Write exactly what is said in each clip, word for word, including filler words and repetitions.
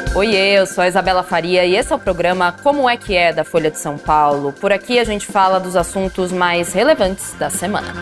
Oiê, eu sou a Isabela Faria e esse é o programa Como é que é, da Folha de São Paulo. Por aqui a gente fala dos assuntos mais relevantes da semana.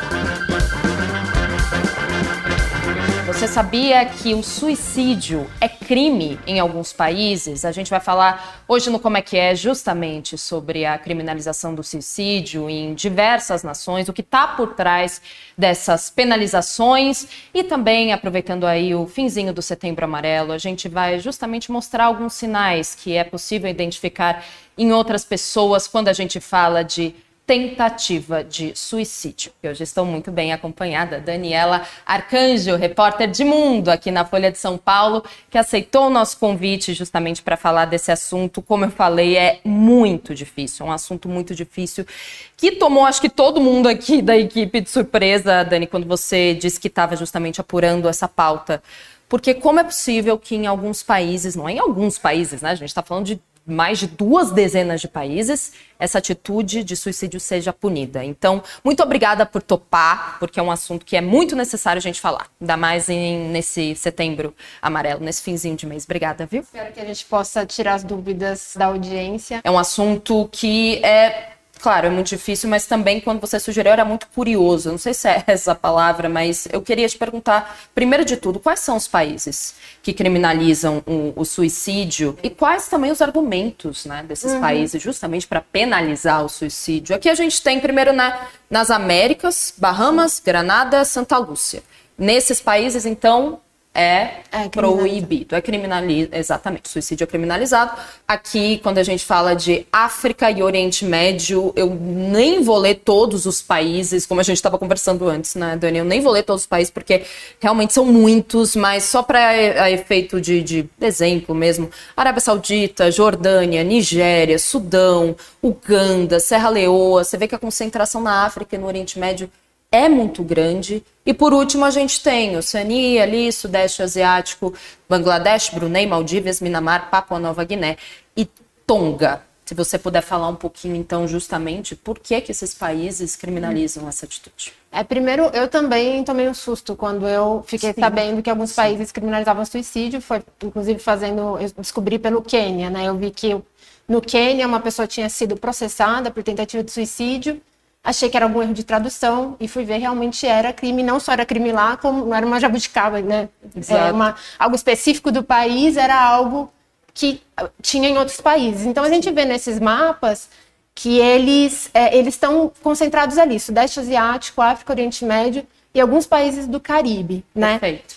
Você sabia que o suicídio é crime em alguns países? A gente vai falar hoje no Como é que é justamente sobre a criminalização do suicídio em diversas nações, o que está por trás dessas penalizações e também, aproveitando aí o finzinho do Setembro Amarelo, a gente vai justamente mostrar alguns sinais que é possível identificar em outras pessoas quando a gente fala de tentativa de suicídio. Eu hoje estou muito bem acompanhada, Daniela Arcanjo, repórter de Mundo aqui na Folha de São Paulo, que aceitou o nosso convite justamente para falar desse assunto. Como eu falei, é muito difícil, um assunto muito difícil, que tomou, acho que todo mundo aqui da equipe de surpresa, Dani, quando você disse que estava justamente apurando essa pauta. Porque como é possível que em alguns países, não é em alguns países, né? A gente está falando de mais de duas dezenas de países, essa atitude de suicídio seja punida. Então, muito obrigada por topar, porque é um assunto que é muito necessário a gente falar, ainda mais em, nesse Setembro Amarelo, nesse finzinho de mês. Obrigada, viu? Espero que a gente possa tirar as dúvidas da audiência. É um assunto que é... Claro, é muito difícil, mas também quando você sugeriu era muito curioso. Não sei se é essa a palavra, mas eu queria te perguntar, primeiro de tudo, quais são os países que criminalizam o, o suicídio e quais também os argumentos, né, desses uhum. países justamente para penalizar o suicídio? Aqui a gente tem primeiro na, nas Américas, Bahamas, Granada, Santa Lúcia. Nesses países, então... É, é proibido, é criminalizado, exatamente, suicídio é criminalizado. Aqui, quando a gente fala de África e Oriente Médio, eu nem vou ler todos os países, como a gente estava conversando antes, né, Dani? Eu nem vou ler todos os países, porque realmente são muitos, mas só para efeito de, de exemplo mesmo, Arábia Saudita, Jordânia, Nigéria, Sudão, Uganda, Serra Leoa, você vê que a concentração na África e no Oriente Médio é muito grande. E por último a gente tem Oceania, ali, Sudeste Asiático, Bangladesh, Brunei, Maldivas, Minamar, Papua Nova Guiné e Tonga. Se você puder falar um pouquinho então justamente por que que esses países criminalizam hum. essa atitude. É, primeiro, eu também tomei um susto quando eu fiquei Sim. sabendo que alguns Sim. países criminalizavam suicídio, foi inclusive fazendo, eu descobri pelo Quênia, né? Eu vi que no Quênia uma pessoa tinha sido processada por tentativa de suicídio. Achei que era algum erro de tradução e fui ver, realmente era crime, não só era crime lá, como não era uma jabuticaba, né? É uma, algo específico do país, era algo que tinha em outros países. Então a gente vê nesses mapas que eles é, eles estão concentrados ali, Sudeste Asiático, África, Oriente Médio e alguns países do Caribe, né? Perfeito.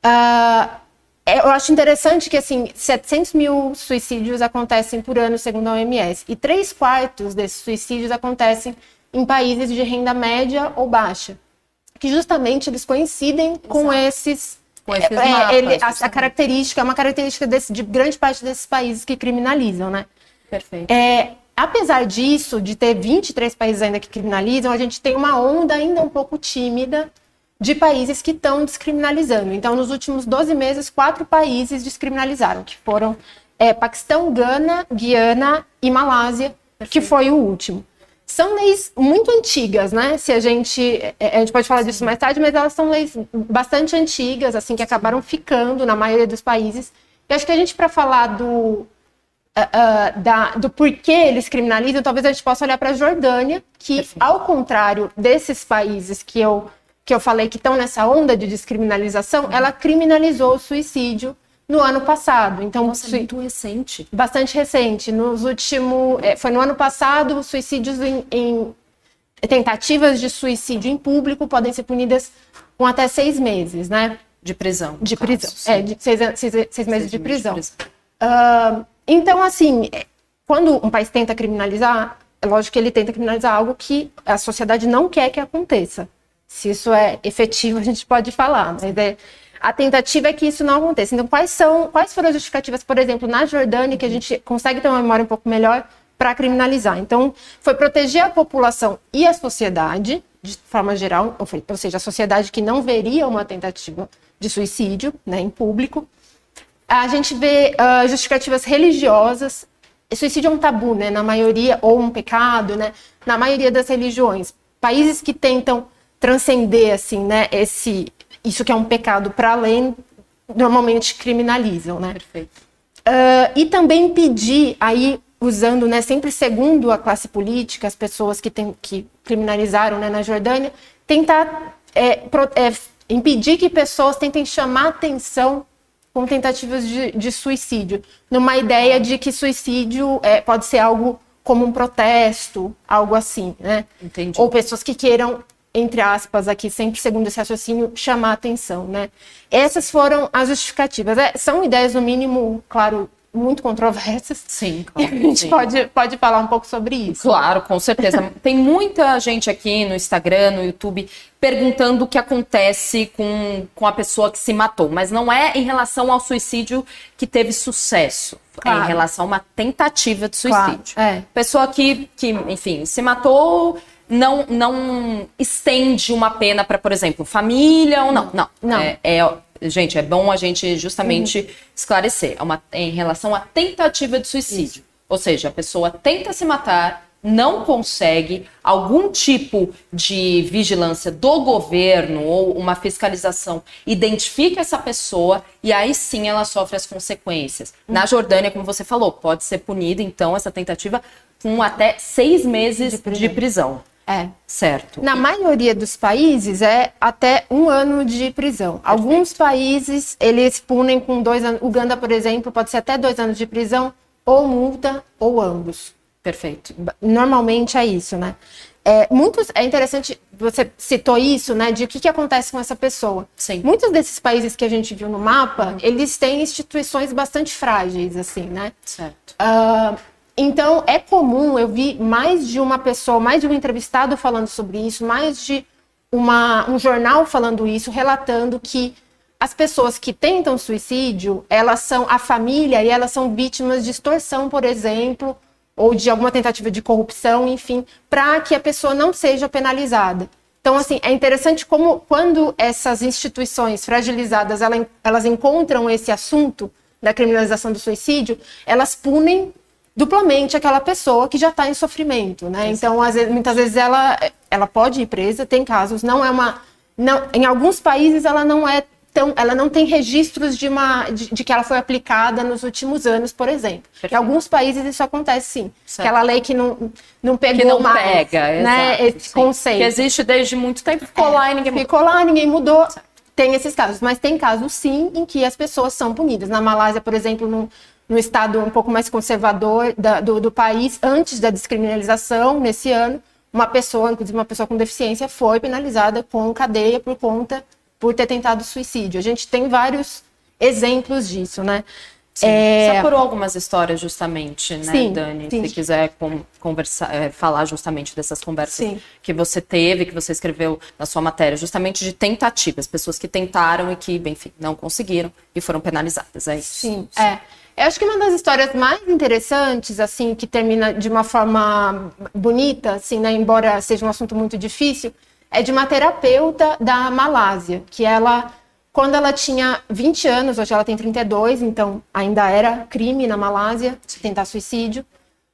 Uh, eu acho interessante que, assim, setecentos mil suicídios acontecem por ano, segundo a O M S, e três quartos desses suicídios acontecem em países de renda média ou baixa, que justamente eles coincidem Exato. com esses... Com esses é, mapas, ele, a, a característica, é uma característica desse, de grande parte desses países que criminalizam, né? Perfeito. É, apesar disso, de ter vinte e três países ainda que criminalizam, a gente tem uma onda ainda um pouco tímida de países que estão descriminalizando. Então, nos últimos doze meses, quatro países descriminalizaram, que foram é, Paquistão, Gana, Guiana e Malásia, Perfeito. que foi o último. São leis muito antigas, né? Se a gente, a gente pode falar disso mais tarde, mas elas são leis bastante antigas, assim, que acabaram ficando na maioria dos países. E acho que a gente, para falar do, uh, uh, da, do porquê eles criminalizam, talvez a gente possa olhar para a Jordânia, que, Perfeito. ao contrário desses países que eu, que eu falei que estão nessa onda de descriminalização, uhum. ela criminalizou o suicídio no ano passado. Então, Nossa, é muito recente. Bastante recente. Nos últimos, é, foi no ano passado, suicídios em, em tentativas de suicídio em público podem ser punidas com até seis meses, né? De prisão. De caso, prisão. Sim. É, de seis, seis, seis, seis meses de prisão. De prisão. Uh, então, assim, quando um país tenta criminalizar, é lógico que ele tenta criminalizar algo que a sociedade não quer que aconteça. Se isso é efetivo, a gente pode falar, mas é... A tentativa é que isso não aconteça. Então, quais são, quais foram as justificativas, por exemplo, na Jordânia, que a gente consegue ter uma memória um pouco melhor para criminalizar? Então, foi proteger a população e a sociedade, de forma geral, ou seja, a sociedade que não veria uma tentativa de suicídio, né, em público. A gente vê uh, justificativas religiosas. Suicídio é um tabu, né, na maioria, ou um pecado, né, na maioria das religiões. Países que tentam transcender, assim, né, esse... Isso que é um pecado para além, normalmente criminalizam, né? Perfeito. Uh, e também impedir, aí usando, né, sempre segundo a classe política, as pessoas que, tem, que criminalizaram, né, na Jordânia, tentar é, pro, é, impedir que pessoas tentem chamar atenção com tentativas de, de suicídio, numa ideia de que suicídio é, pode ser algo como um protesto, algo assim, né? Entendi. Ou pessoas que queiram, entre aspas, aqui, sempre segundo esse raciocínio, chamar atenção, né? Essas foram as justificativas. É, são ideias, no mínimo, claro, muito controversas. Sim, claro. E a gente sim. pode, pode falar um pouco sobre isso. Claro, com certeza. Tem muita gente aqui no Instagram, no YouTube, perguntando o que acontece com, com a pessoa que se matou. Mas não é em relação ao suicídio que teve sucesso. Claro. É em relação a uma tentativa de suicídio. Claro, é. Pessoa que, que, enfim, se matou... Não, não estende uma pena para, por exemplo, família ou não. Não. Não. É, é, gente, é bom a gente justamente uhum. esclarecer. É, uma, é em relação à tentativa de suicídio. Isso. Ou seja, a pessoa tenta se matar, não consegue, algum tipo de vigilância do governo ou uma fiscalização identifica essa pessoa e aí sim ela sofre as consequências. Uhum. Na Jordânia, como você falou, pode ser punida, então, essa tentativa com até seis meses de prisão. De prisão. É. Certo. Na maioria dos países é até um ano de prisão. Perfeito. Alguns países, eles punem com dois anos. Uganda, por exemplo, pode ser até dois anos de prisão, ou multa, ou ambos. Perfeito. Normalmente é isso, né? É, muitos, é interessante, você citou isso, né? De o que, que acontece com essa pessoa. Sim. Muitos desses países que a gente viu no mapa, uhum. eles têm instituições bastante frágeis, assim, né? Certo. Uh, Então, é comum, eu vi mais de uma pessoa, mais de um entrevistado falando sobre isso, mais de uma, um jornal falando isso, relatando que as pessoas que tentam suicídio, elas são a família e elas são vítimas de extorsão, por exemplo, ou de alguma tentativa de corrupção, enfim, para que a pessoa não seja penalizada. Então, assim, é interessante como quando essas instituições fragilizadas, elas, elas encontram esse assunto da criminalização do suicídio, elas punem duplamente aquela pessoa que já está em sofrimento, né? Então, às vezes, muitas vezes ela, ela pode ir presa, tem casos, não é uma... Não, em alguns países ela não é tão... Ela não tem registros de, uma, de, de que ela foi aplicada nos últimos anos, por exemplo. Perfeito. Em alguns países isso acontece, sim. Certo. Aquela lei que não, não pegou que não mais, pega, né? Exato, esse sim. conceito. Que existe desde muito tempo, ficou é, lá e ninguém mudou. Ficou lá, ninguém mudou. Certo. Tem esses casos, mas tem casos, sim, em que as pessoas são punidas. Na Malásia, por exemplo, no... no estado um pouco mais conservador da, do, do país, antes da descriminalização, nesse ano, uma pessoa, inclusive uma pessoa com deficiência, foi penalizada com cadeia por conta, por ter tentado suicídio. A gente tem vários exemplos disso, né? Sim. É... Você apurou algumas histórias justamente, né, sim, Dani? Sim. Se quiser com, conversar, é, falar justamente dessas conversas sim. que você teve, que você escreveu na sua matéria, justamente de tentativas, pessoas que tentaram e que, enfim, não conseguiram e foram penalizadas, é isso? Sim, sim. é. Eu acho que uma das histórias mais interessantes, assim, que termina de uma forma bonita, assim, né, embora seja um assunto muito difícil, é de uma terapeuta da Malásia, que ela, quando ela tinha vinte anos, hoje ela tem trinta e dois, então ainda era crime na Malásia tentar suicídio.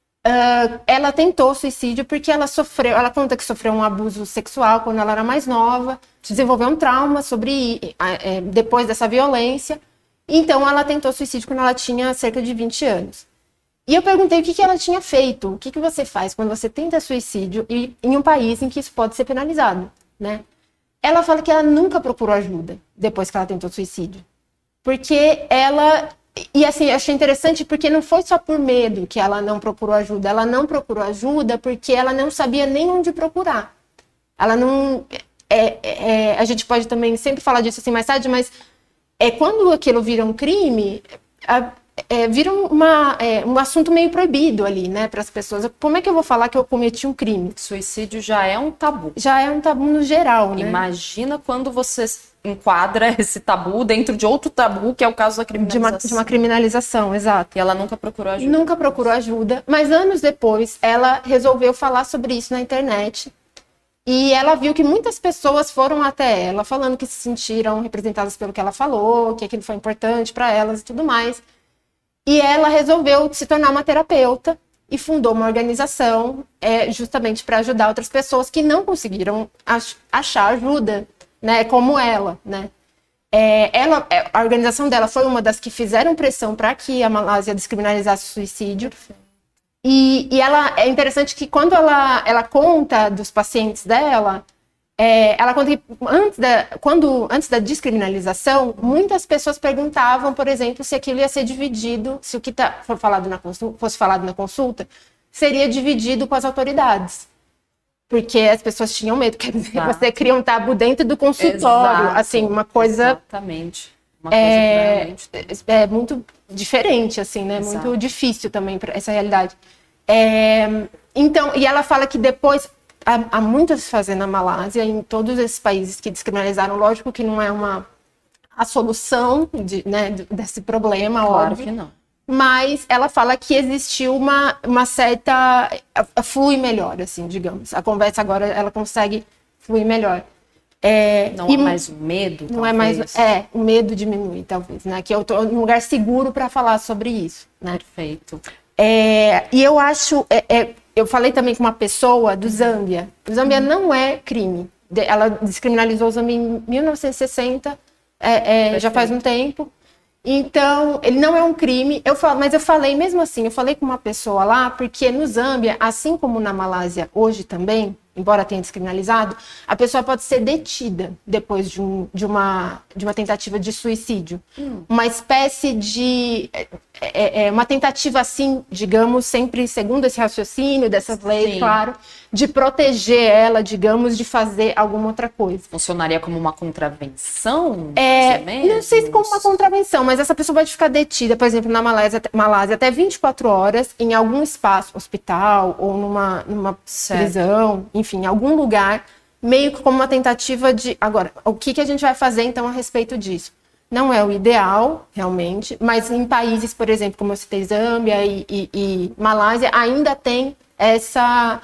Uh, ela tentou suicídio porque ela sofreu, ela conta que sofreu um abuso sexual quando ela era mais nova, desenvolveu um trauma sobre, é, depois dessa violência. Então, ela tentou suicídio quando ela tinha cerca de vinte anos. E eu perguntei o que, que ela tinha feito. O que, que você faz quando você tenta suicídio e, em um país em que isso pode ser penalizado, né? Ela fala que ela nunca procurou ajuda depois que ela tentou suicídio. Porque ela... E assim, eu achei interessante porque não foi só por medo que ela não procurou ajuda. Ela não procurou ajuda porque ela não sabia nem onde procurar. Ela não... É, é, a gente pode também sempre falar disso assim mais tarde, mas... É, quando aquilo vira um crime, a, é, vira uma, é, um assunto meio proibido ali, né, para as pessoas. Como é que eu vou falar que eu cometi um crime? Suicídio já é um tabu. Já é um tabu no geral, né? Imagina quando você enquadra esse tabu dentro de outro tabu, que é o caso da criminalização. De uma, de uma criminalização, exato. E ela nunca procurou ajuda. Nunca procurou ajuda, mas anos depois ela resolveu falar sobre isso na internet. E ela viu que muitas pessoas foram até ela falando que se sentiram representadas pelo que ela falou, que aquilo foi importante para elas e tudo mais. E ela resolveu se tornar uma terapeuta e fundou uma organização é, justamente para ajudar outras pessoas que não conseguiram ach- achar ajuda, né, como ela, né? É, ela, a organização dela foi uma das que fizeram pressão para que a Malásia descriminalizasse o suicídio. E, e ela, é interessante que quando ela, ela conta dos pacientes dela, é, ela conta que antes da, quando, antes da descriminalização, muitas pessoas perguntavam, por exemplo, se aquilo ia ser dividido, se o que tá, for falado na consulta, fosse falado na consulta, seria dividido com as autoridades. Porque as pessoas tinham medo, quer dizer, Exato. Você cria um tabu dentro do consultório, Exato. Assim, uma coisa... Exatamente. Uma coisa é, realmente... é muito diferente, assim, né? Exato. Muito difícil também para essa realidade. É, então, e ela fala que depois, há, há muitas fazendas na Malásia, em todos esses países que descriminalizaram, lógico que não é uma a solução de, né, desse problema, claro óbvio. que não. Mas ela fala que existiu uma, uma certa... flui melhor, assim, digamos. A conversa agora, ela consegue fluir melhor. É, não é mais o medo, Não talvez. é mais... É, o medo diminui, talvez, né? Que eu tô num lugar seguro para falar sobre isso, né? Perfeito. É, e eu acho... É, é, eu falei também com uma pessoa do Zâmbia. O Zâmbia uhum. não é crime. Ela descriminalizou o Zâmbia em mil novecentos e sessenta, é, é, já faz um tempo. Então, ele não é um crime, eu falo, mas eu falei mesmo assim, eu falei com uma pessoa lá, porque no Zâmbia, assim como na Malásia hoje também, embora tenha descriminalizado, a pessoa pode ser detida depois de, um, de, uma, de uma tentativa de suicídio. Hum. Uma espécie de... É, é uma tentativa assim, digamos, sempre segundo esse raciocínio dessas leis, Sim. claro, de proteger ela, digamos, de fazer alguma outra coisa. Funcionaria como uma contravenção? É, não sei se como uma contravenção, mas essa pessoa vai ficar detida, por exemplo, na Malásia, Malásia até vinte e quatro horas em algum espaço, hospital ou numa, numa prisão, enfim, em algum lugar, meio que como uma tentativa de... Agora, o que, que a gente vai fazer, então, a respeito disso? Não é o ideal, realmente, mas em países, por exemplo, como eu citei, Zâmbia e, e, e Malásia, ainda tem essa...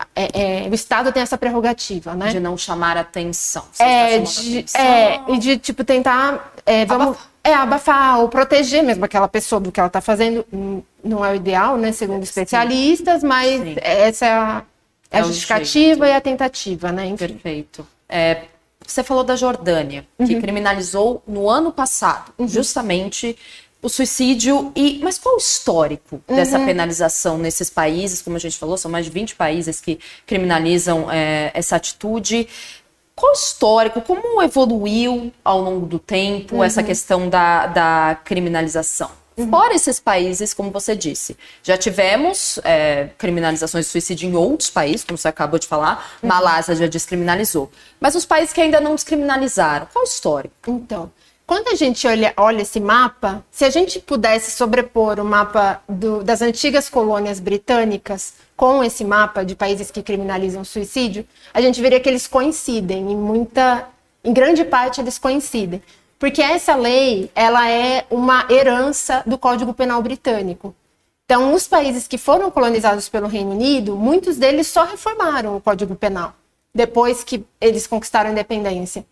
É, é, o Estado tem essa prerrogativa, né? De não chamar atenção. Você é, está de, atenção. é, e de, tipo, tentar... É, vamos, abafar. É, abafar ou proteger mesmo aquela pessoa do que ela está fazendo. Não é o ideal, né? Segundo Sim. especialistas, mas Sim. essa é a, é a justificativa e a tentativa, né? Enfim. Perfeito. É, você falou da Jordânia, uhum. que criminalizou no ano passado, uhum. justamente o suicídio. E, mas qual o histórico uhum. dessa penalização nesses países? Como a gente falou, são mais de vinte países que criminalizam é, essa atitude. Qual o histórico? Como evoluiu ao longo do tempo uhum. essa questão da, da criminalização? Uhum. Fora esses países, como você disse, já tivemos é, criminalizações de suicídio em outros países, como você acabou de falar, uhum. Malásia já descriminalizou. Mas os países que ainda não descriminalizaram, qual o histórico? Então, quando a gente olha, olha esse mapa, se a gente pudesse sobrepor o mapa do, das antigas colônias britânicas com esse mapa de países que criminalizam o suicídio, a gente veria que eles coincidem, em muita, em grande parte eles coincidem. Porque essa lei, ela é uma herança do Código Penal britânico. Então, os países que foram colonizados pelo Reino Unido, muitos deles só reformaram o Código Penal, depois que eles conquistaram a independência.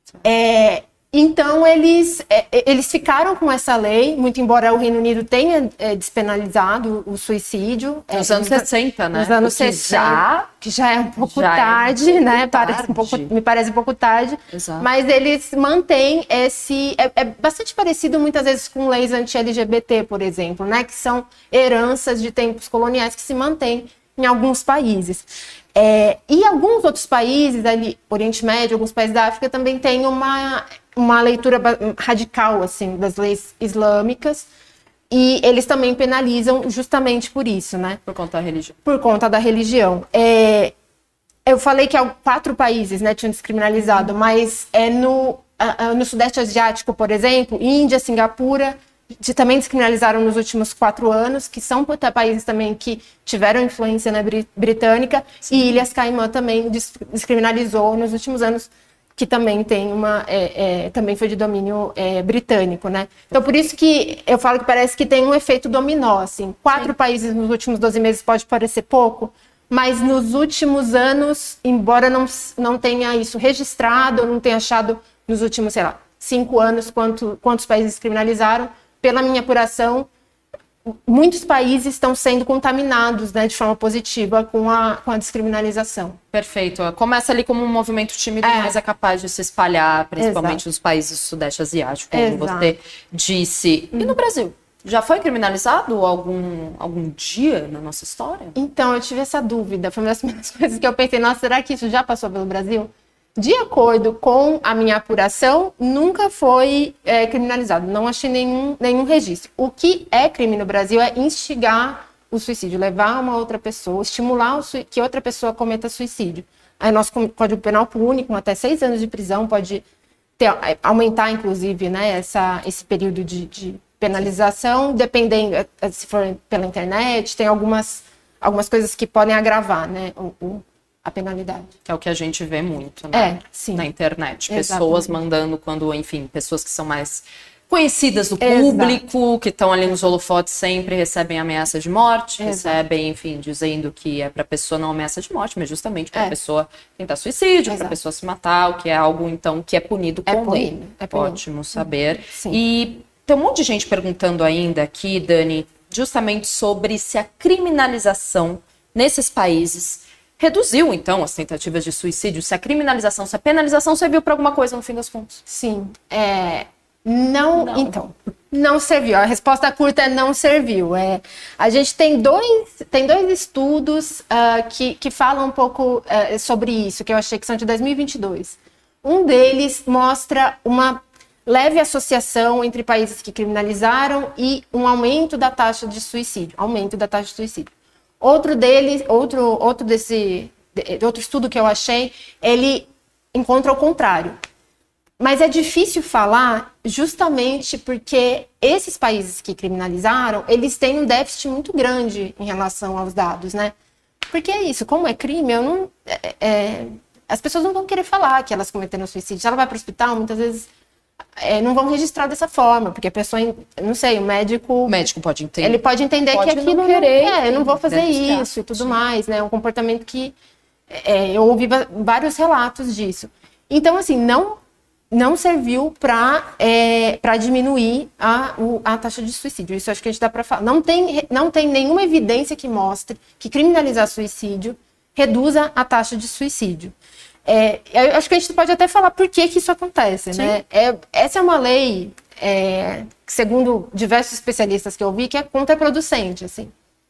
É, então, eles, é, eles ficaram com essa lei, muito embora o Reino Unido tenha é, despenalizado o suicídio. Nos é, anos sessenta, né? Nos anos sessenta, já, que já é um pouco tarde, é um pouco né? Tarde. Parece um pouco, me parece um pouco tarde. Exato. Mas eles mantêm esse... É, é bastante parecido, muitas vezes, com leis anti-L G B T, por exemplo, né? Que são heranças de tempos coloniais que se mantêm em alguns países. É, e alguns outros países, ali, Oriente Médio, alguns países da África, também têm uma... uma leitura radical, assim, das leis islâmicas, e eles também penalizam justamente por isso, né? Por conta da religião. Por conta da religião. É, eu falei que quatro países, né, tinham descriminalizado, mas é no, no Sudeste Asiático, por exemplo, Índia, Singapura, de, também descriminalizaram nos últimos quatro anos, que são países também que tiveram influência na britânica, Sim. e Ilhas Caimã também descriminalizou nos últimos anos, que também tem uma, é, é, também foi de domínio é, britânico, né? Então, por isso que eu falo que parece que tem um efeito dominó, assim. Quatro Sim. países nos últimos doze meses pode parecer pouco, mas nos últimos anos, embora não, não tenha isso registrado, eu não tenha achado nos últimos, sei lá, cinco anos quanto, quantos países criminalizaram, pela minha apuração, muitos países estão sendo contaminados, né, de forma positiva com a, com a descriminalização. Perfeito. Começa ali como um movimento tímido, é. mas é capaz de se espalhar, principalmente Exato. nos países do Sudeste Asiático, como Exato. você disse. Uhum. E no Brasil? Já foi criminalizado algum, algum dia na nossa história? Então, eu tive essa dúvida. Foi uma das primeiras coisas que eu pensei, nossa, será que isso já passou pelo Brasil? De acordo com a minha apuração, nunca foi é, criminalizado. Não achei nenhum, nenhum registro. O que é crime no Brasil é instigar o suicídio, levar uma outra pessoa, estimular o que outra pessoa cometa suicídio. Aí nosso Código Penal pune com até seis anos de prisão, pode ter, aumentar, inclusive, né, essa, esse período de, de penalização, dependendo, se for pela internet, tem algumas, algumas coisas que podem agravar, né, o, o a penalidade. Que é o que a gente vê muito, né? É, sim. Na internet. Pessoas Exatamente. mandando quando, enfim, pessoas que são mais conhecidas do público, Exato. que estão ali nos holofotes sempre recebem ameaça de morte, Exato. recebem, enfim, dizendo que é para a pessoa não ameaça de morte, mas justamente para a é. pessoa tentar suicídio, para a pessoa se matar, o que é algo, então, que é punido é com lei. É punido. Ótimo saber. Sim. E tem um monte de gente perguntando ainda aqui, Dani, justamente sobre se a criminalização nesses países reduziu, então, as tentativas de suicídio, se a criminalização, se a penalização serviu para alguma coisa no fim das contas. Sim. É, não, não, então, não serviu. A resposta curta é não serviu. É, a gente tem dois, tem dois estudos uh, que, que falam um pouco uh, sobre isso, que eu achei que são de dois mil e vinte e dois. Um deles mostra uma leve associação entre países que criminalizaram e um aumento da taxa de suicídio, aumento da taxa de suicídio. Outro deles, outro, outro desse, outro estudo que eu achei, ele encontra o contrário. Mas é difícil falar justamente porque esses países que criminalizaram, eles têm um déficit muito grande em relação aos dados, né? Porque é isso, como é crime, eu não, é, é, as pessoas não vão querer falar que elas cometeram suicídio. Se ela vai para o hospital, muitas vezes É, não vão registrar dessa forma, porque a pessoa, não sei, o médico... O médico pode entender. Ele pode entender pode que aquilo não querer, não, é, eu não vou fazer isso e tudo Sim. mais, né? É um comportamento que é, eu ouvi vários relatos disso. Então, assim, não, não serviu para é, para diminuir a, o, a taxa de suicídio. Isso acho que a gente dá para falar. Não tem, não tem nenhuma evidência que mostre que criminalizar suicídio reduza a taxa de suicídio. É, eu acho que a gente pode até falar por que, que isso acontece, Sim. né? É, essa é uma lei, é, segundo diversos especialistas que eu vi, que é contraproducente, assim.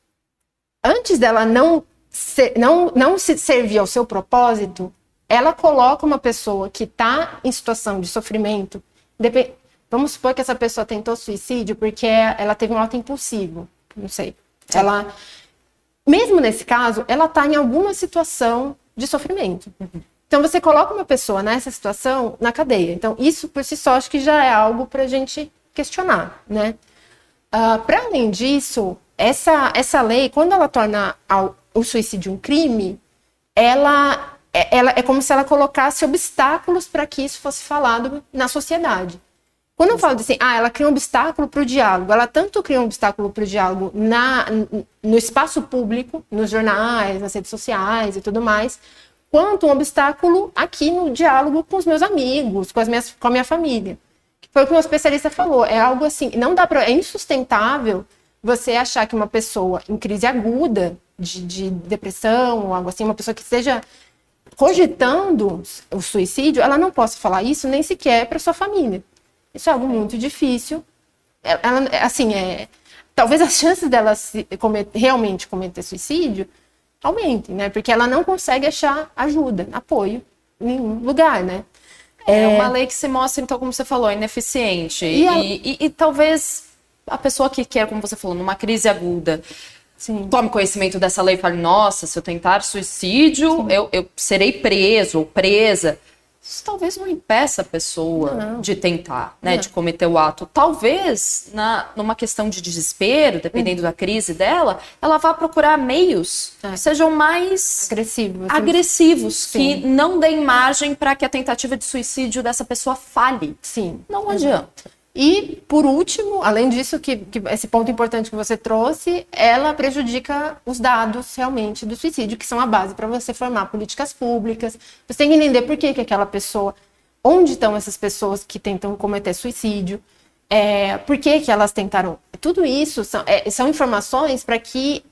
Antes dela não, ser, não, não se servir ao seu propósito, ela coloca uma pessoa que está em situação de sofrimento, dep- vamos supor que essa pessoa tentou suicídio porque ela teve um ato impulsivo, não sei. Sim. Ela, mesmo nesse caso, ela está em alguma situação de sofrimento. Uhum. Então, você coloca uma pessoa nessa situação na cadeia. Então, isso por si só acho que já é algo para a gente questionar, né? Uh, para além disso, essa, essa lei, quando ela torna ao, o suicídio um crime, ela, ela é como se ela colocasse obstáculos para que isso fosse falado na sociedade. Quando eu falo assim, ah, ela cria um obstáculo para o diálogo, ela tanto cria um obstáculo para o diálogo na, no espaço público, nos jornais, nas redes sociais e tudo mais, quanto um obstáculo aqui no diálogo com os meus amigos, com, as minhas, com a minha família. Foi o que o meu especialista falou, é algo assim, não dá pra, é insustentável você achar que uma pessoa em crise aguda de, de depressão ou algo assim, uma pessoa que esteja cogitando o suicídio, ela não possa falar isso nem sequer para sua família. Isso é algo muito difícil. Ela, assim, é, talvez as chances dela se cometer, realmente cometer suicídio aumentem, né? Porque ela não consegue achar ajuda, apoio em nenhum lugar, né? É, é uma lei que se mostra, então, como você falou, ineficiente. E, a... e, e, e talvez a pessoa que quer, como você falou, numa crise aguda, Sim. tome conhecimento dessa lei e fale, nossa, se eu tentar suicídio, eu, eu serei preso ou presa. Isso talvez não impeça a pessoa não. de tentar, né, não. de cometer o ato. Talvez, na, numa questão de desespero, dependendo uhum. da crise dela, ela vá procurar meios é. que sejam mais agressivos, agressivos que não deem margem para que a tentativa de suicídio dessa pessoa falhe. Sim. Não adianta. E, por último, além disso, que, que esse ponto importante que você trouxe, ela prejudica os dados realmente do suicídio, que são a base para você formar políticas públicas. Você tem que entender por que, que aquela pessoa, onde estão essas pessoas que tentam cometer suicídio, é, por que, que elas tentaram, tudo isso são, é, são informações para que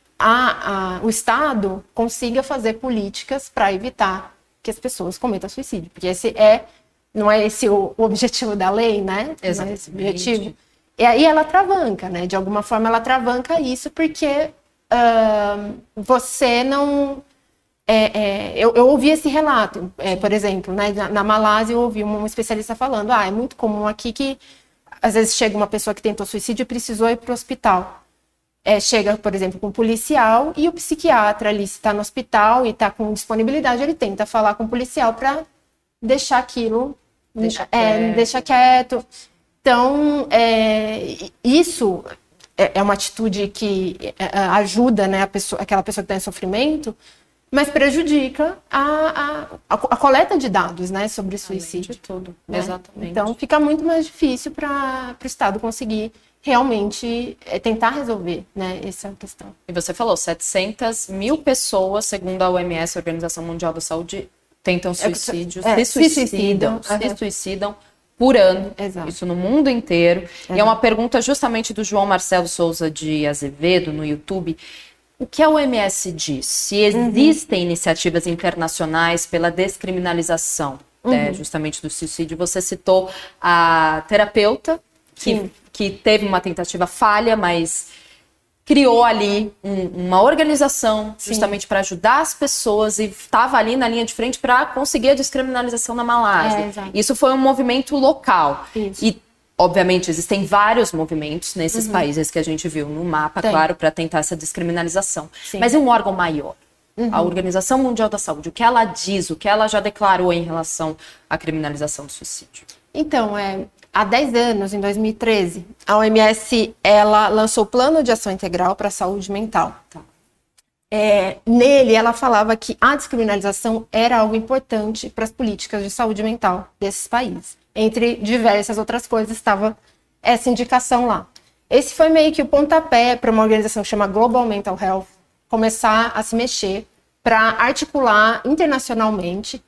a, a, o Estado consiga fazer políticas para evitar que as pessoas cometam suicídio. Porque esse é, não é esse o, o objetivo da lei, né? Exatamente. Não é esse o objetivo. E aí ela travanca, né? De alguma forma ela travanca isso porque uh, você não... É, é, eu, eu ouvi esse relato, é, por exemplo, né, na, na Malásia eu ouvi um especialista falando, ah, é muito comum aqui que às vezes chega uma pessoa que tentou suicídio e precisou ir para o hospital. É, chega, por exemplo, com um policial e o psiquiatra ali, se está no hospital e está com disponibilidade, ele tenta falar com o policial para deixar aquilo, deixa é, quieto. deixa quieto. Então, é, isso é, é uma atitude que é, ajuda, né, a pessoa, aquela pessoa que está em sofrimento, mas prejudica a, a, a coleta de dados, né, sobre suicídio. De tudo, né? Exatamente. Então fica muito mais difícil para o Estado conseguir realmente é, tentar resolver, né, essa questão. E você falou, setecentas mil pessoas, segundo a O M S, a Organização Mundial da Saúde, tentam suicídio, é, se suicidam, se suicidam, se uhum. suicidam por ano, Exato. Isso no mundo inteiro. Uhum. E é uma pergunta justamente do João Marcelo Souza de Azevedo, no YouTube. O que a O M S diz? Se existem uhum. iniciativas internacionais pela descriminalização, uhum. né, justamente do suicídio. Você citou a terapeuta, que, que teve uma tentativa falha, mas criou ali um, uma organização justamente para ajudar as pessoas e estava ali na linha de frente para conseguir a descriminalização na Malásia. É, Isso foi um movimento local. Isso. E obviamente, existem vários movimentos nesses uhum. países que a gente viu no mapa, Tem. claro, para tentar essa descriminalização. Sim. Mas é um órgão maior. Uhum. A Organização Mundial da Saúde, o que ela diz, o que ela já declarou em relação à criminalização do suicídio? Então, é, há dez anos, em dois mil e treze, a O M S ela lançou o Plano de Ação Integral para a Saúde Mental. Tá. É, nele, ela falava que a descriminalização era algo importante para as políticas de saúde mental desses países. Entre diversas outras coisas, estava essa indicação lá. Esse foi meio que o pontapé para uma organização que chama Global Mental Health começar a se mexer para articular internacionalmente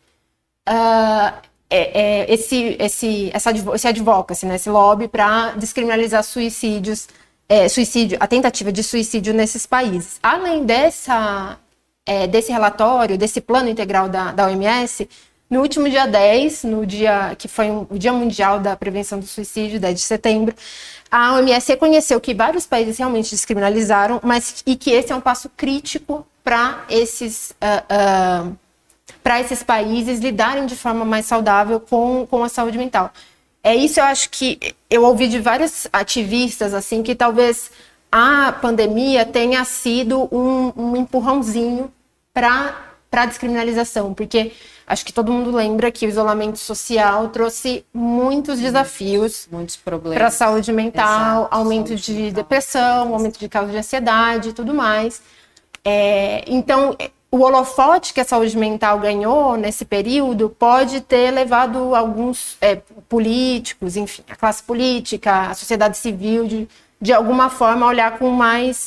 uh, é, é, esse, esse, essa, esse advocacy, né, esse lobby para descriminalizar suicídios, é, suicídio, a tentativa de suicídio nesses países. Além dessa, é, desse relatório, desse plano integral da, da O M S, no último dia dez, no dia que foi um, o Dia Mundial da Prevenção do Suicídio, dez de setembro, a O M S reconheceu que vários países realmente descriminalizaram, mas e que esse é um passo crítico para esses, uh, uh, para esses países lidarem de forma mais saudável com, com a saúde mental. É isso, eu acho que eu ouvi de vários ativistas assim que talvez a pandemia tenha sido um, um empurrãozinho para para a descriminalização, porque acho que todo mundo lembra que o isolamento social trouxe muitos desafios, muitos problemas para a saúde mental, Exato, aumento saúde de mental. depressão, aumento de causa de ansiedade e tudo mais. É, então, o holofote que a saúde mental ganhou nesse período pode ter levado alguns é, políticos, enfim, a classe política, a sociedade civil, de, de alguma forma, a olhar com mais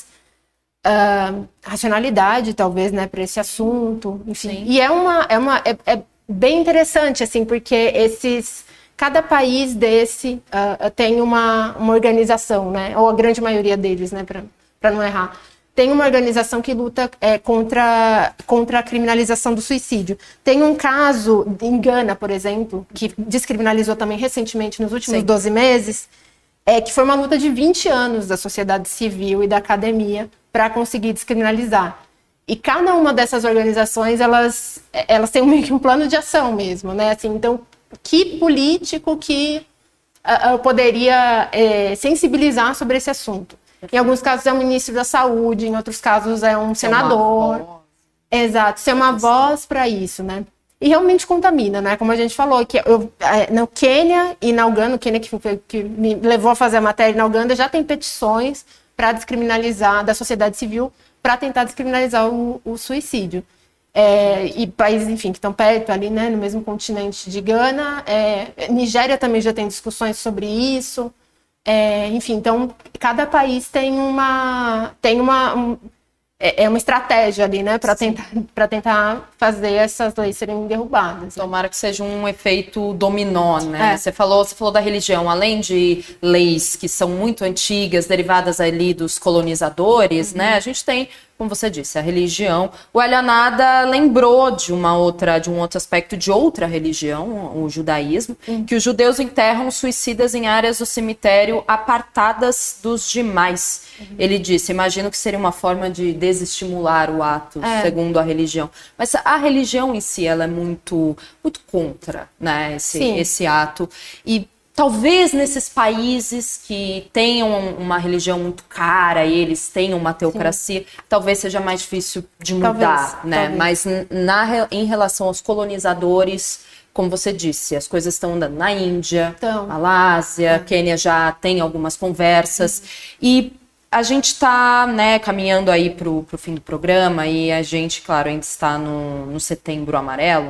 Uh, racionalidade, talvez, né, para esse assunto, enfim. Sim. E é uma, é uma, é, é bem interessante, assim, porque esses, cada país desse uh, tem uma, uma organização, né, ou a grande maioria deles, né, para não errar, tem uma organização que luta é, contra, contra a criminalização do suicídio. Tem um caso em Gana, por exemplo, que descriminalizou também recentemente, nos últimos Sim. doze meses, é, que foi uma luta de vinte anos da sociedade civil e da academia para conseguir descriminalizar. E cada uma dessas organizações, elas, elas têm meio que um plano de ação mesmo, né? Assim, então, que político que uh, poderia uh, sensibilizar sobre esse assunto? Em alguns casos é o ministro da Saúde, em outros casos é um senador. Uma Exato, ser uma voz para isso, né? E realmente contamina, né? Como a gente falou, que eu, no Quênia e na Uganda, o Quênia que, que me levou a fazer a matéria, na Uganda já tem petições para descriminalizar, da sociedade civil, para tentar descriminalizar o, o suicídio. É, e países, enfim, que estão perto ali, né, no mesmo continente de Gana. É, Nigéria também já tem discussões sobre isso. É, enfim, então, cada país tem uma... Tem uma um, é, é uma estratégia ali, né, para tentar, para tentar fazer essas leis serem derrubadas. Né? Tomara que seja um efeito dominó, né? É. Você falou, você falou da religião, além de leis que são muito antigas, derivadas ali dos colonizadores, uhum. né? A gente tem, como você disse, a religião. O Elhanada lembrou de uma outra, de um outro aspecto de outra religião, o judaísmo, uhum. que os judeus enterram suicidas em áreas do cemitério apartadas dos demais. Uhum. Ele disse, imagino que seria uma forma de desestimular o ato, é. segundo a religião. Mas a religião em si, ela é muito, muito contra, né, esse, esse ato. E talvez nesses países que tenham uma religião muito cara e eles tenham uma teocracia, Sim. talvez seja mais difícil de mudar, talvez, né? Talvez. Mas na, em relação aos colonizadores, como você disse, as coisas estão andando na Índia, então, Malásia, é. Quênia já tem algumas conversas. Uhum. E a gente está, né, caminhando aí para o fim do programa e a gente, claro, ainda está no, no Setembro Amarelo.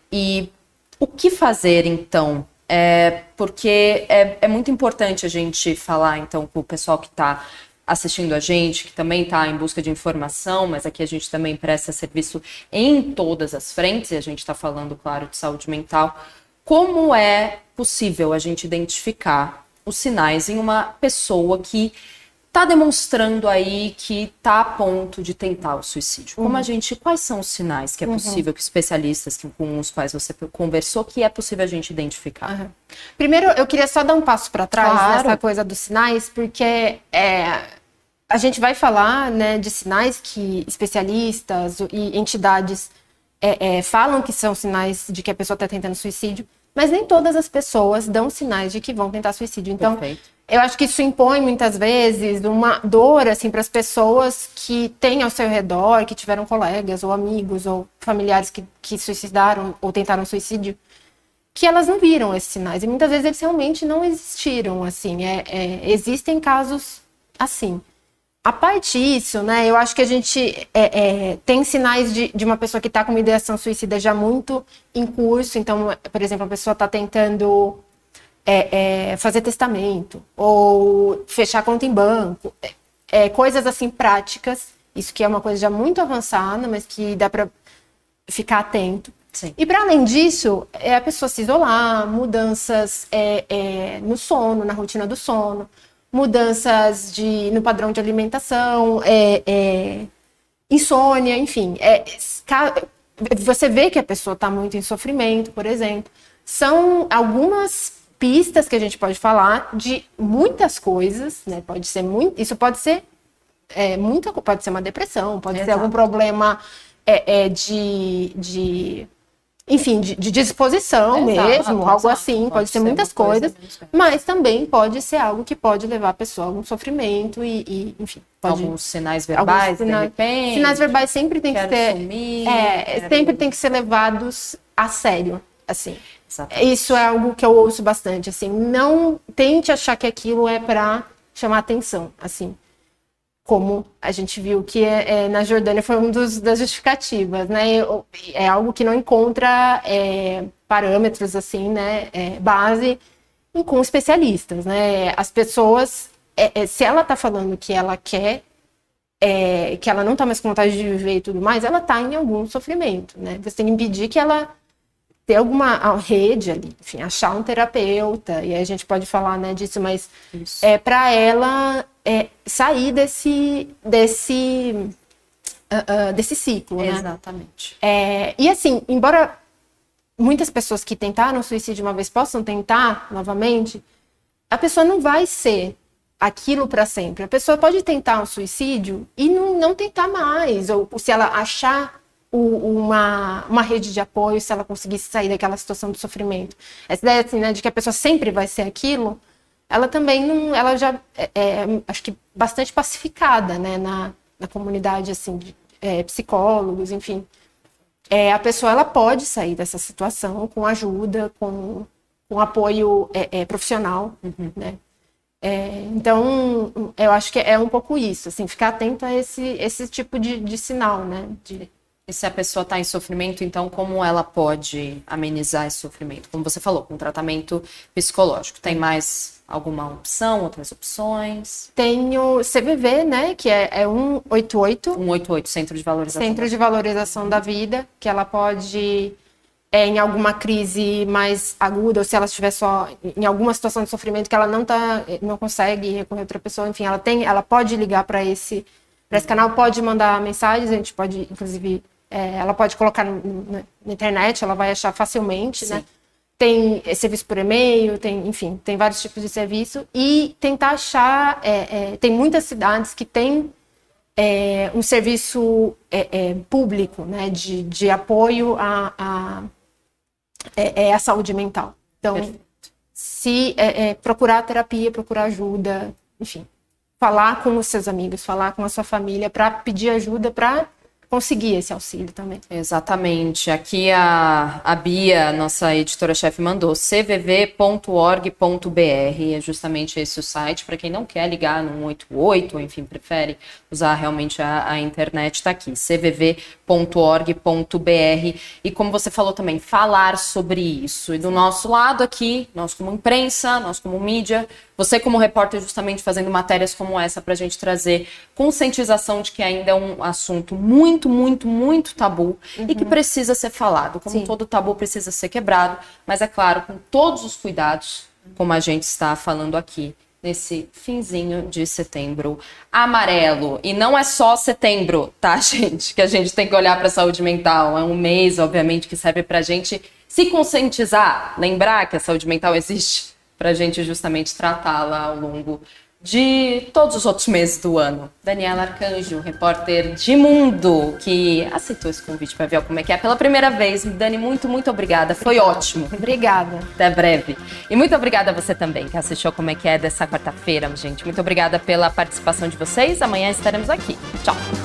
E o que fazer, então? É, porque é, é muito importante a gente falar, então, com o pessoal que está assistindo a gente, que também está em busca de informação, mas aqui a gente também presta serviço em todas as frentes, e a gente está falando, claro, de saúde mental. Como é possível a gente identificar os sinais em uma pessoa que está demonstrando aí que está a ponto de tentar o suicídio? Como uhum. a gente, quais são os sinais que é possível, uhum. que especialistas que, com os quais você conversou, que é possível a gente identificar? Uhum. Primeiro, eu queria só dar um passo para trás claro. nessa coisa dos sinais, porque é, a gente vai falar, né, de sinais que especialistas e entidades é, é, falam que são sinais de que a pessoa está tentando suicídio, mas nem todas as pessoas dão sinais de que vão tentar suicídio. Então, Perfeito. eu acho que isso impõe muitas vezes uma dor assim, para as pessoas que têm ao seu redor, que tiveram colegas ou amigos ou familiares que, que suicidaram ou tentaram suicídio, que elas não viram esses sinais. E muitas vezes eles realmente não existiram. Assim, é, é, existem casos assim. A parte disso, né, eu acho que a gente é, é, tem sinais de, de uma pessoa que está com uma ideação suicida já muito em curso. Então, por exemplo, a pessoa está tentando é, é, fazer testamento ou fechar conta em banco. É, é, coisas assim práticas. Isso que é uma coisa já muito avançada, mas que dá para ficar atento. Sim. E para além disso, é a pessoa se isolar, mudanças é, é, no sono, na rotina do sono, mudanças de, no padrão de alimentação, é, é, insônia, enfim. É, você vê que a pessoa está muito em sofrimento, por exemplo. São algumas pistas que a gente pode falar de muitas coisas, né? Pode ser muito, isso pode ser é, muita, pode ser uma depressão, pode Exato. ser algum problema é, é, de, de enfim, de, de disposição Exato, mesmo, algo assim, pode, pode ser, ser muitas coisas, coisa mas também pode ser algo que pode levar a pessoa a algum sofrimento e, e enfim. Pode, alguns sinais verbais, alguns sinais, de repente. Sinais verbais sempre tem que ser, sumir, é, quero... sempre tem que ser levados a sério, assim. Exatamente. Isso é algo que eu ouço bastante, assim, não tente achar que aquilo é para chamar atenção, assim. Como a gente viu que é, é, na Jordânia foi uma das justificativas, né? É algo que não encontra é, parâmetros, assim, né? É, base em, com especialistas, né? As pessoas, é, é, se ela tá falando que ela quer, é, que ela não tá mais com vontade de viver e tudo mais, ela tá em algum sofrimento, né? Você tem que impedir que ela ter alguma rede ali, enfim, achar um terapeuta, e aí a gente pode falar, né, disso, mas Isso. é para ela é, sair desse, desse, uh, uh, desse ciclo, né? Exatamente. É, e assim, embora muitas pessoas que tentaram suicídio uma vez possam tentar novamente, a pessoa não vai ser aquilo para sempre. A pessoa pode tentar um suicídio e não, não tentar mais, ou se ela achar Uma, uma rede de apoio, se ela conseguisse sair daquela situação de sofrimento. Essa ideia assim, né, de que a pessoa sempre vai ser aquilo, ela também não, ela já é, é acho que bastante pacificada, né, na, na comunidade assim, de é, psicólogos, enfim. É, a pessoa ela pode sair dessa situação com ajuda, com, com apoio é, é, profissional, uhum. né? É, então, eu acho que é um pouco isso, assim, ficar atento a esse, esse tipo de, de sinal, né? De, E se a pessoa está em sofrimento, então como ela pode amenizar esse sofrimento? Como você falou, com tratamento psicológico. Tem mais alguma opção, outras opções? Tem o C V V, né, que é, é cento e oitenta e oito. cento e oitenta e oito, Centro de Valorização. Centro de Valorização da Vida, que ela pode, é, em alguma crise mais aguda, ou se ela estiver só em alguma situação de sofrimento que ela não, tá, não consegue recorrer a outra pessoa, enfim, ela, tem, ela pode ligar para esse, para esse canal, pode mandar mensagens, a gente pode, inclusive... É, ela pode colocar no, no, na internet, ela vai achar facilmente, Sim. né? Tem serviço por e-mail, tem, enfim, tem vários tipos de serviço. E tentar achar... É, é, tem muitas cidades que têm é, um serviço é, é, público, né? De, de apoio à a, a, é, a saúde mental. Então, Perfeito. se é, é, procurar terapia, procurar ajuda, enfim. Falar com os seus amigos, falar com a sua família para pedir ajuda para... conseguir esse auxílio também. Exatamente. Aqui a, a Bia, nossa editora-chefe, mandou c v v ponto org ponto b r. É justamente esse o site. Para quem não quer ligar no cento e oitenta e oito, ou enfim, prefere usar realmente a, a internet, está aqui. c v v ponto org ponto b r. E como você falou também, falar sobre isso. E do nosso lado aqui, nós como imprensa, nós como mídia, você como repórter justamente fazendo matérias como essa para a gente trazer conscientização de que ainda é um assunto muito, muito, muito tabu uhum. e que precisa ser falado. Como Sim. todo tabu precisa ser quebrado, mas é claro, com todos os cuidados, como a gente está falando aqui, nesse finzinho de setembro amarelo. E não é só setembro, tá, gente? Que a gente tem que olhar para a saúde mental. É um mês, obviamente, que serve para a gente se conscientizar, lembrar que a saúde mental existe, para a gente justamente tratá-la ao longo de todos os outros meses do ano. Daniela Arcanjo, repórter de Mundo, que aceitou esse convite para ver como é que é pela primeira vez. Dani, muito, muito obrigada. Foi obrigada. ótimo. Obrigada. Até breve. E muito obrigada a você também, que assistiu como é que é dessa quarta-feira, gente. Muito obrigada pela participação de vocês. Amanhã estaremos aqui. Tchau.